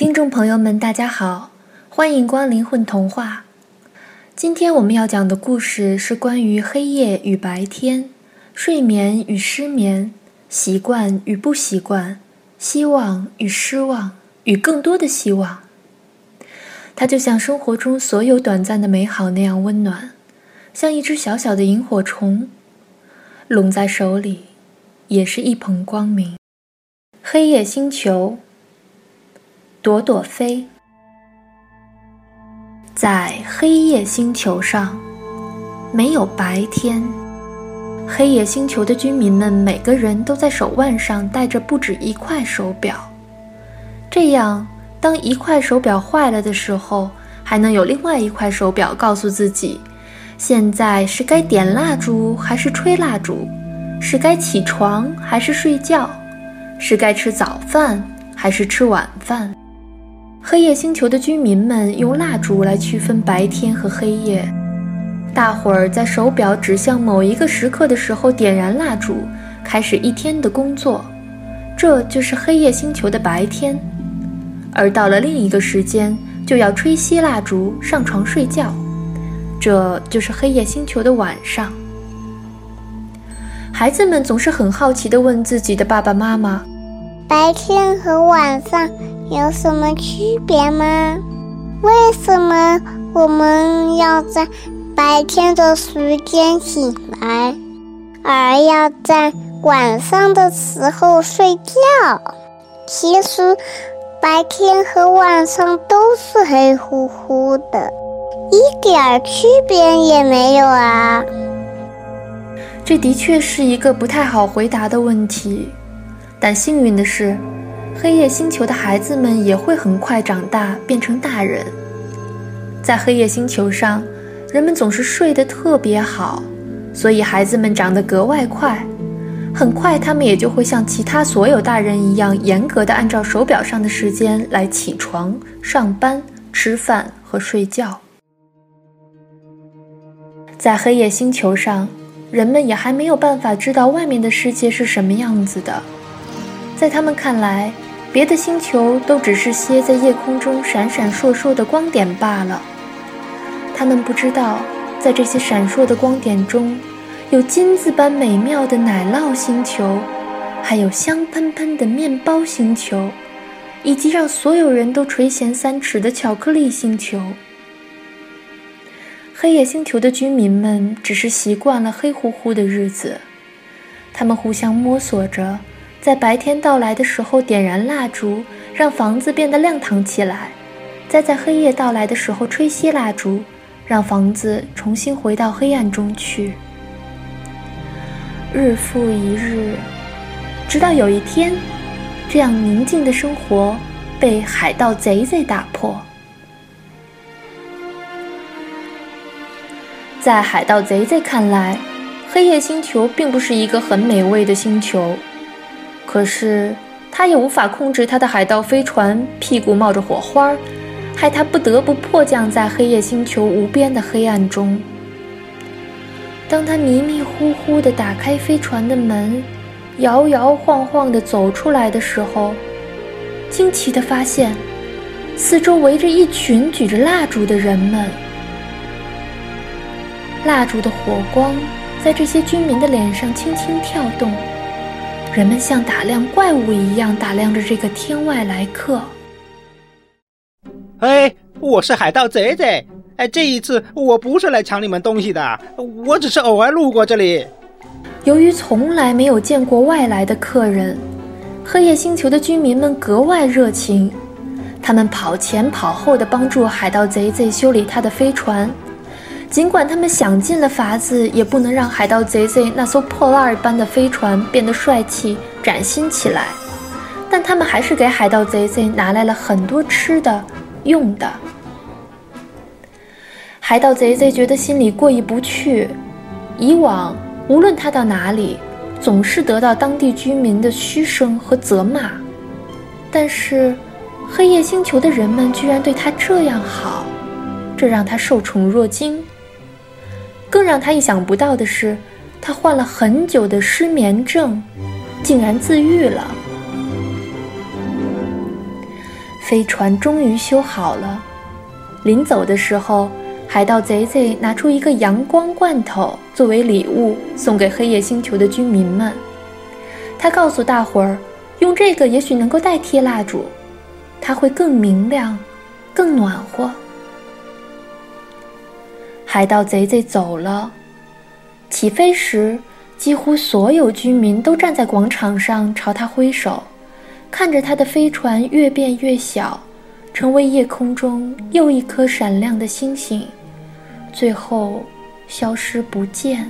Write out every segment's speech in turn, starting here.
听众朋友们大家好，欢迎光临混童话。今天我们要讲的故事是关于黑夜与白天、睡眠与失眠、习惯与不习惯、希望与失望与更多的希望。它就像生活中所有短暂的美好那样温暖，像一只小小的萤火虫，拢在手里也是一捧光明。黑夜星球，朵朵飞。在黑夜星球上，没有白天。黑夜星球的居民们每个人都在手腕上戴着不止一块手表，这样当一块手表坏了的时候，还能有另外一块手表告诉自己，现在是该点蜡烛还是吹蜡烛，是该起床还是睡觉，是该吃早饭还是吃晚饭。黑夜星球的居民们用蜡烛来区分白天和黑夜，大伙儿在手表指向某一个时刻的时候点燃蜡烛，开始一天的工作，这就是黑夜星球的白天。而到了另一个时间，就要吹熄蜡烛，上床睡觉，这就是黑夜星球的晚上。孩子们总是很好奇地问自己的爸爸妈妈， 白天和晚上有什么区别吗？为什么我们要在白天的时间醒来，而要在晚上的时候睡觉？其实白天和晚上都是黑乎乎的，一点区别也没有啊。 这的确是一个不太好回答的问题，但幸运的是，黑夜星球的孩子们也会很快长大，变成大人。在黑夜星球上，人们总是睡得特别好，所以孩子们长得格外快。很快他们也就会像其他所有大人一样，严格地按照手表上的时间来起床、上班、吃饭和睡觉。在黑夜星球上，人们也还没有办法知道外面的世界是什么样子的。在他们看来，别的星球都只是些在夜空中闪闪烁烁的光点罢了。他们不知道，在这些闪烁的光点中，有金子般美妙的奶酪星球，还有香喷喷的面包星球，以及让所有人都垂涎三尺的巧克力星球。黑夜星球的居民们只是习惯了黑乎乎的日子，他们互相摸索着，在白天到来的时候点燃蜡烛，让房子变得亮堂起来，再在黑夜到来的时候吹熄蜡烛，让房子重新回到黑暗中去。日复一日，直到有一天，这样宁静的生活被海盗贼贼打破。在海盗贼贼看来，黑夜星球并不是一个很美味的星球，可是他也无法控制他的海盗飞船屁股冒着火花，害他不得不迫降在黑夜星球无边的黑暗中。当他迷迷糊糊地打开飞船的门，摇摇晃晃地走出来的时候，惊奇地发现四周围着一群举着蜡烛的人们。蜡烛的火光在这些居民的脸上轻轻跳动，人们像打量怪物一样打量着这个天外来客。 哎，我是海盗贼贼。这一次我不是来抢你们东西的，我只是偶尔路过这里。 由于从来没有见过外来的客人，黑夜星球的居民们格外热情，他们跑前跑后地帮助海盗贼贼修理他的飞船。尽管他们想尽了法子，也不能让海盗贼贼那艘破烂般的飞船变得帅气崭新起来，但他们还是给海盗贼贼拿来了很多吃的用的。海盗贼贼觉得心里过意不去，以往无论他到哪里，总是得到当地居民的嘘声和责骂，但是黑夜星球的人们居然对他这样好，这让他受宠若惊。更让他意想不到的是，他患了很久的失眠症，竟然自愈了。 飞船终于修好了。临走的时候，海盗贼贼拿出一个阳光罐头作为礼物送给黑夜星球的居民们。他告诉大伙儿，用这个也许能够代替蜡烛，它会更明亮，更暖和。海盗贼贼走了，起飞时，几乎所有居民都站在广场上朝他挥手，看着他的飞船越变越小，成为夜空中又一颗闪亮的星星，最后消失不见。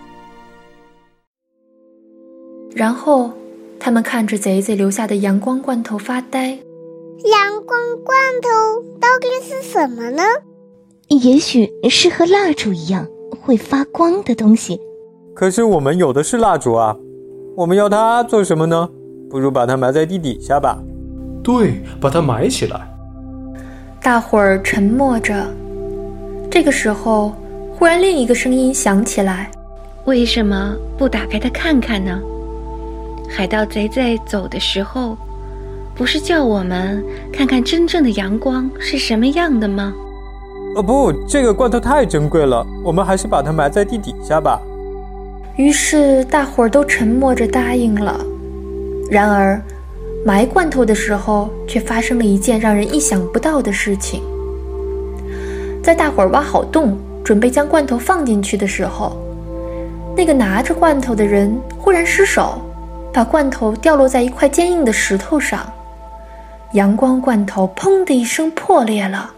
然后他们看着贼贼留下的阳光罐头发呆。 阳光罐头到底是什么呢？ 也许是和蜡烛一样会发光的东西。 可是我们有的是蜡烛啊，我们要它做什么呢？不如把它埋在地底下吧。 对，把它埋起来。 大伙儿沉默着。这个时候，忽然另一个声音响起来： 为什么不打开它看看呢？海盗贼贼走的时候，不是叫我们看看真正的阳光是什么样的吗？ 不，这个罐头太珍贵了，我们还是把它埋在地底下吧。 于是大伙儿都沉默着答应了。然而埋罐头的时候却发生了一件让人意想不到的事情。在大伙儿挖好洞准备将罐头放进去的时候，那个拿着罐头的人忽然失手，把罐头掉落在一块坚硬的石头上，阳光罐头砰的一声破裂了。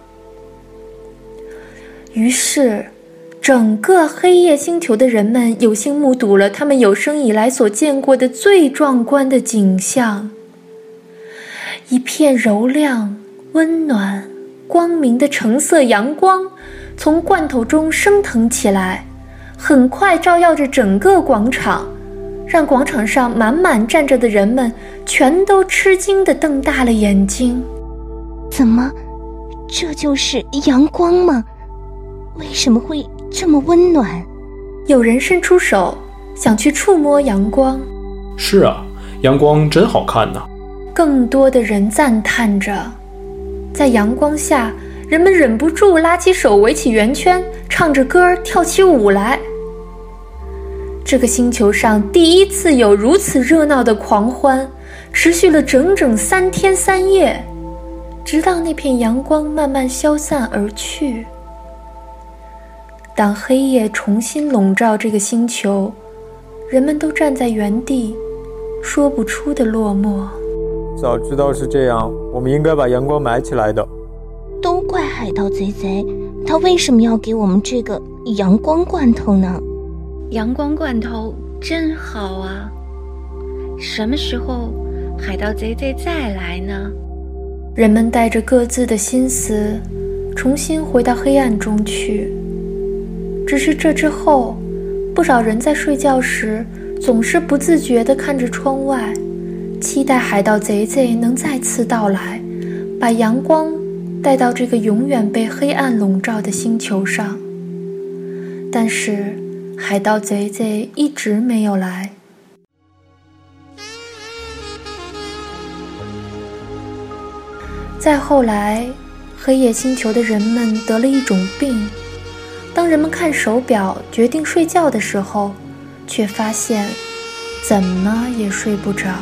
于是整个黑夜星球的人们有幸目睹了他们有生以来所见过的最壮观的景象。一片柔亮、温暖、光明的橙色阳光从罐头中升腾起来，很快照耀着整个广场，让广场上满满站着的人们全都吃惊地瞪大了眼睛。 怎么，这就是阳光吗？为什么会这么温暖？ 有人伸出手想去触摸阳光。 是啊，阳光真好看呐。 更多的人赞叹着。在阳光下，人们忍不住拉起手围起圆圈，唱着歌跳起舞来。这个星球上第一次有如此热闹的狂欢，持续了整整3天3夜，直到那片阳光慢慢消散而去。当黑夜重新笼罩这个星球，人们都站在原地，说不出的落寞。 早知道是这样，我们应该把阳光埋起来的。 都怪海盗贼贼，他为什么要给我们这个阳光罐头呢？ 阳光罐头真好啊！什么时候海盗贼贼再来呢？ 人们带着各自的心思，重新回到黑暗中去。只是这之后，不少人在睡觉时总是不自觉地看着窗外，期待海盗贼贼能再次到来，把阳光带到这个永远被黑暗笼罩的星球上。但是海盗贼贼一直没有来。再后来，黑夜星球的人们得了一种病，当人们看手表决定睡觉的时候，却发现怎么也睡不着。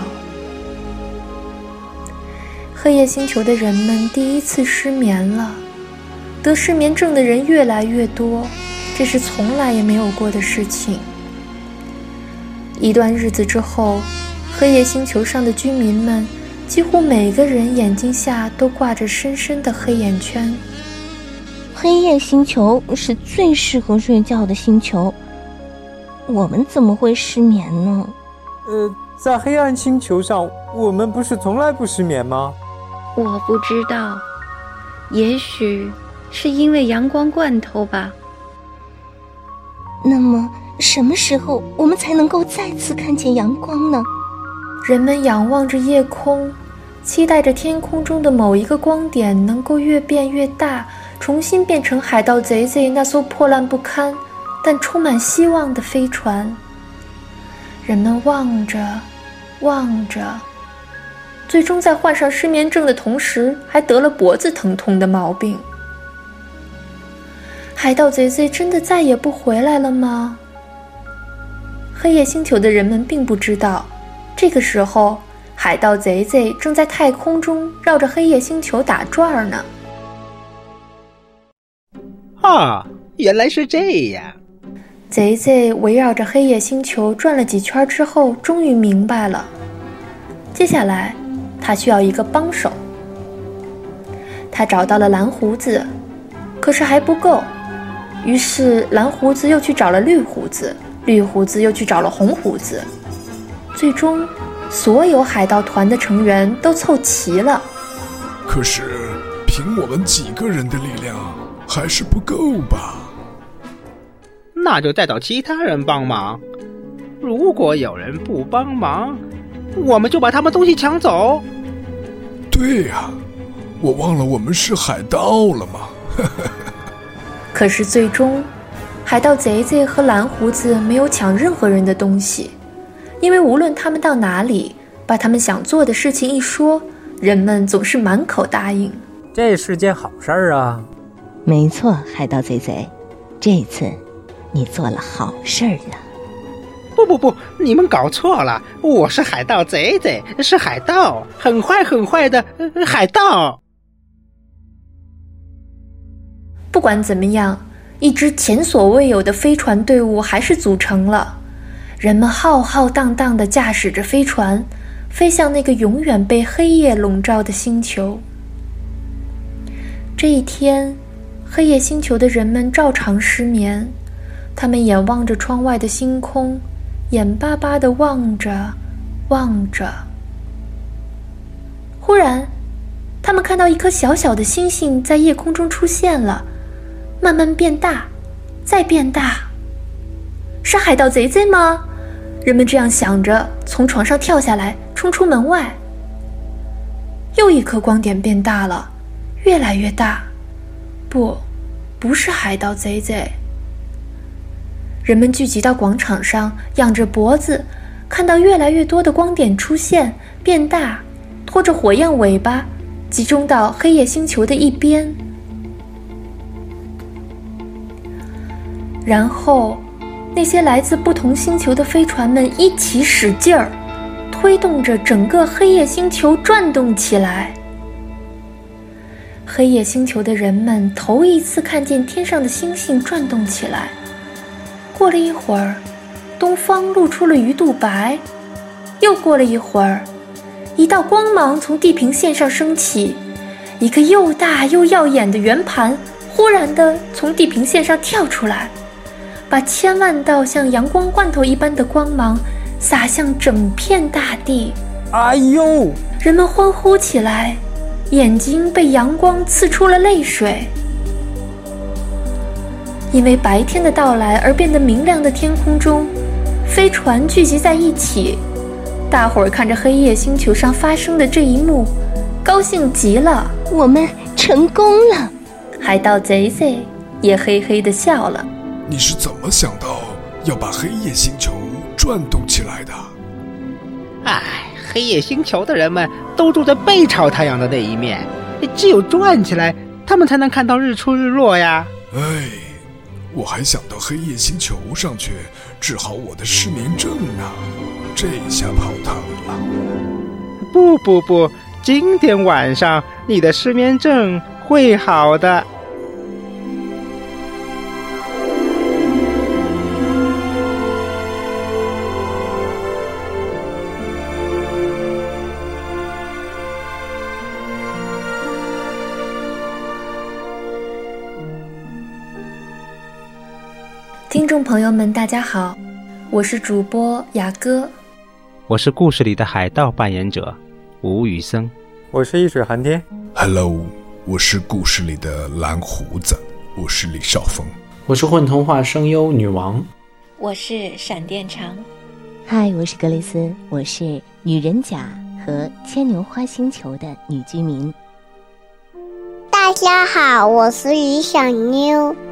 黑夜星球的人们第一次失眠了，得失眠症的人越来越多，这是从来也没有过的事情。一段日子之后，黑夜星球上的居民们几乎每个人眼睛下都挂着深深的黑眼圈。 黑夜星球是最适合睡觉的星球，我们怎么会失眠呢？ 在黑暗星球上，我们不是从来不失眠吗？ 我不知道，也许是因为阳光罐头吧。 那么什么时候我们才能够再次看见阳光呢？ 人们仰望着夜空，期待着天空中的某一个光点能够越变越大，重新变成海盗贼贼那艘破烂不堪但充满希望的飞船。人们望着望着， 最终在患上失眠症的同时，还得了脖子疼痛的毛病。海盗贼贼真的再也不回来了吗？黑夜星球的人们并不知道，这个时候海盗贼贼正在太空中绕着黑夜星球打转呢。 原来是这样。 贼贼围绕着黑夜星球转了几圈之后，终于明白了。接下来他需要一个帮手。他找到了蓝胡子，可是还不够，于是蓝胡子又去找了绿胡子，绿胡子又去找了红胡子，最终所有海盗团的成员都凑齐了。 可是凭我们几个人的力量还是不够吧？ 那就再找其他人帮忙。如果有人不帮忙，我们就把他们东西抢走。 对呀，我忘了我们是海盗了吗？ 可是最终海盗贼贼和蓝胡子没有抢任何人的东西，因为无论他们到哪里，把他们想做的事情一说，人们总是满口答应。 这是件好事儿啊。 没错，海盗贼贼，这次你做了好事儿了。 不，你们搞错了，我是海盗贼贼，是海盗，很坏的海盗。 不管怎么样，一支前所未有的飞船队伍还是组成了，人们浩浩荡荡地驾驶着飞船，飞向那个永远被黑夜笼罩的星球。这一天，黑夜星球的人们照常失眠，他们眼望着窗外的星空，眼巴巴地望着。忽然，他们看到一颗小小的星星在夜空中出现了，慢慢变大，再变大。是海盗贼贼吗？人们这样想着，从床上跳下来，冲出门外。又一颗光点变大了，越来越大。不是海盗贼贼。人们聚集到广场上，仰着脖子，看到越来越多的光点出现，变大，拖着火焰尾巴，集中到黑夜星球的一边。然后那些来自不同星球的飞船们一起使劲儿，推动着整个黑夜星球转动起来。黑夜星球的人们头一次看见天上的星星转动起来。过了一会儿，东方露出了鱼肚白。又过了一会儿，一道光芒从地平线上升起，一个又大又耀眼的圆盘忽然地从地平线上跳出来，把千万道像阳光罐头一般的光芒洒向整片大地。 哎呦！ 人们欢呼起来，眼睛被阳光刺出了泪水。因为白天的到来而变得明亮的天空中，飞船聚集在一起，大伙儿看着黑夜星球上发生的这一幕，高兴极了。 我们成功了！ 海盗贼贼也嘿嘿地笑了。 你是怎么想到要把黑夜星球转动起来的？ 黑夜星球的人们都住在背朝太阳的那一面，只有转起来，他们才能看到日出日落呀。 我还想到黑夜星球上去治好我的失眠症呢，这下泡汤了。 不，今天晚上你的失眠症会好的。 听众朋友们大家好，我是主播雅歌， 我是故事里的海盗扮演者吴宇森， 我是一水寒天。 Hello， 我是故事里的蓝胡子，我是李少峰， 我是混童话声优女王， 我是闪电长。 嗨，我是格蕾丝，我是女人甲和牵牛花星球的女居民。 大家好，我是于小妞。